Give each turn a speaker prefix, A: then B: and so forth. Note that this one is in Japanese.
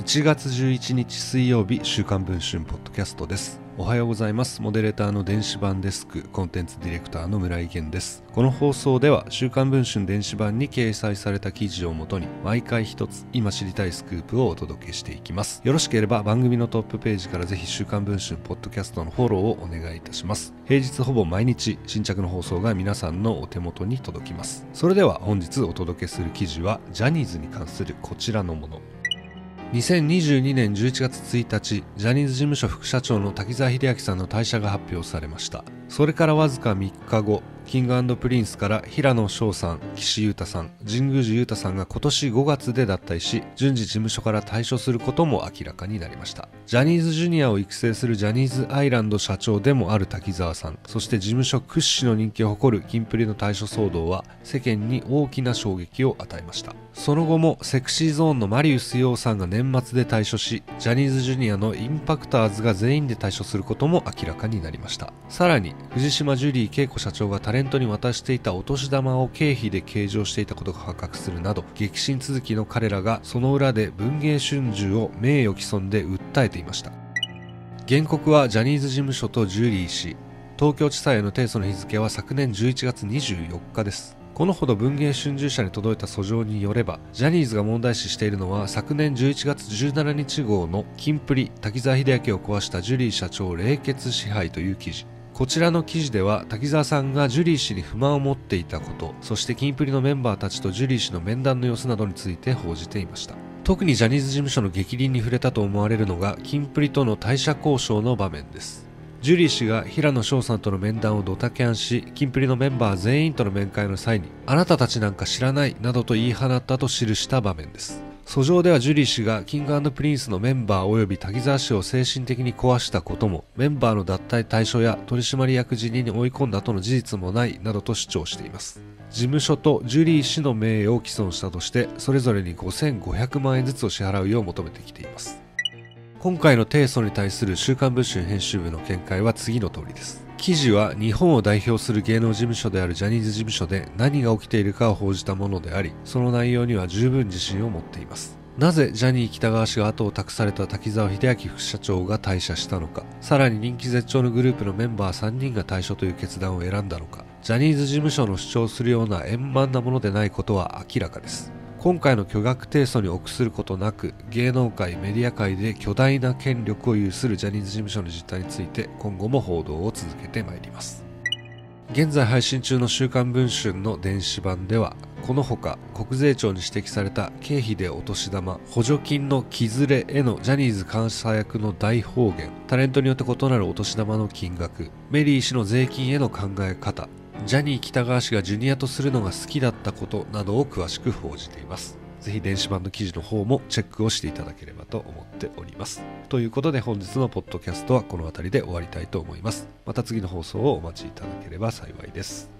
A: 1月11日水曜日、週刊文春ポッドキャストです。おはようございます。モデレーターの電子版デスクコンテンツディレクターの村井源です。この放送では週刊文春電子版に掲載された記事をもとに毎回一つ今知りたいスクープをお届けしていきます。よろしければ番組のトップページからぜひ週刊文春ポッドキャストのフォローをお願いいたします。平日ほぼ毎日新着の放送が皆さんのお手元に届きます。それでは本日お届けする記事はジャニーズに関するこちらのもの。2022年11月1日、ジャニーズ事務所副社長の滝沢秀明さんの退社が発表されました。それからわずか3日後、King&Prince から平野紫耀さん、岸優太さん、神宮寺勇太さんが今年5月で脱退し、順次事務所から退所することも明らかになりました。ジャニーズジュニアを育成するジャニーズアイランド社長でもある滝沢さん、そして事務所屈指の人気を誇るキンプリの退所騒動は世間に大きな衝撃を与えました。その後もセクシーゾーンのマリウス葉さんが年末で退所し、ジャニーズジュニアのインパクターズが全員で退所することも明らかになりました。さらに藤島ジュリー景子社長がタレントに渡していたお年玉を経費で計上していたことが発覚するなど、激震続きの彼らがその裏で文藝春秋を名誉毀損で訴えていました。原告はジャニーズ事務所とジュリー氏、東京地裁への提訴の日付は昨年11月24日です。このほど文藝春秋社に届いた訴状によれば、ジャニーズが問題視しているのは昨年11月17日号のキンプリ滝沢秀明を壊したジュリー社長冷血支配という記事。こちらの記事では滝沢さんがジュリー氏に不満を持っていたこと、そしてキンプリのメンバーたちとジュリー氏の面談の様子などについて報じていました。特にジャニーズ事務所の逆鱗に触れたと思われるのがキンプリとの退社交渉の場面です。ジュリー氏が平野紫耀さんとの面談をドタキャンし、キンプリのメンバー全員との面会の際にあなたたちなんか知らないなどと言い放ったと記した場面です。訴状ではジュリー氏がKing&Princeのメンバー及び滝沢氏を精神的に壊したことも、メンバーの脱退退所や取締役辞任に追い込んだとの事実もないなどと主張しています。事務所とジュリー氏の名誉を毀損したとして、それぞれに5500万円ずつを支払うよう求めてきています。今回の提訴に対する週刊文春編集部の見解は次の通りです。記事は日本を代表する芸能事務所であるジャニーズ事務所で何が起きているかを報じたものであり、その内容には十分自信を持っています。なぜジャニー喜多川氏が後を託された滝沢秀明副社長が退社したのか、さらに人気絶頂のグループのメンバー3人が退所という決断を選んだのか、ジャニーズ事務所の主張するような円満なものでないことは明らかです。今回の巨額提訴に臆することなく、芸能界メディア界で巨大な権力を有するジャニーズ事務所の実態について今後も報道を続けてまいります。現在配信中の週刊文春の電子版では、このほか国税庁に指摘された経費でお年玉、補助金の木ずれへのジャニーズ監査役の大放言、タレントによって異なるお年玉の金額、メリー氏の税金への考え方、ジャニー喜多川氏がジュニアとするのが好きだったことなどを詳しく報じています。ぜひ電子版の記事の方もチェックをしていただければと思っております。ということで本日のポッドキャストはこの辺りで終わりたいと思います。また次の放送をお待ちいただければ幸いです。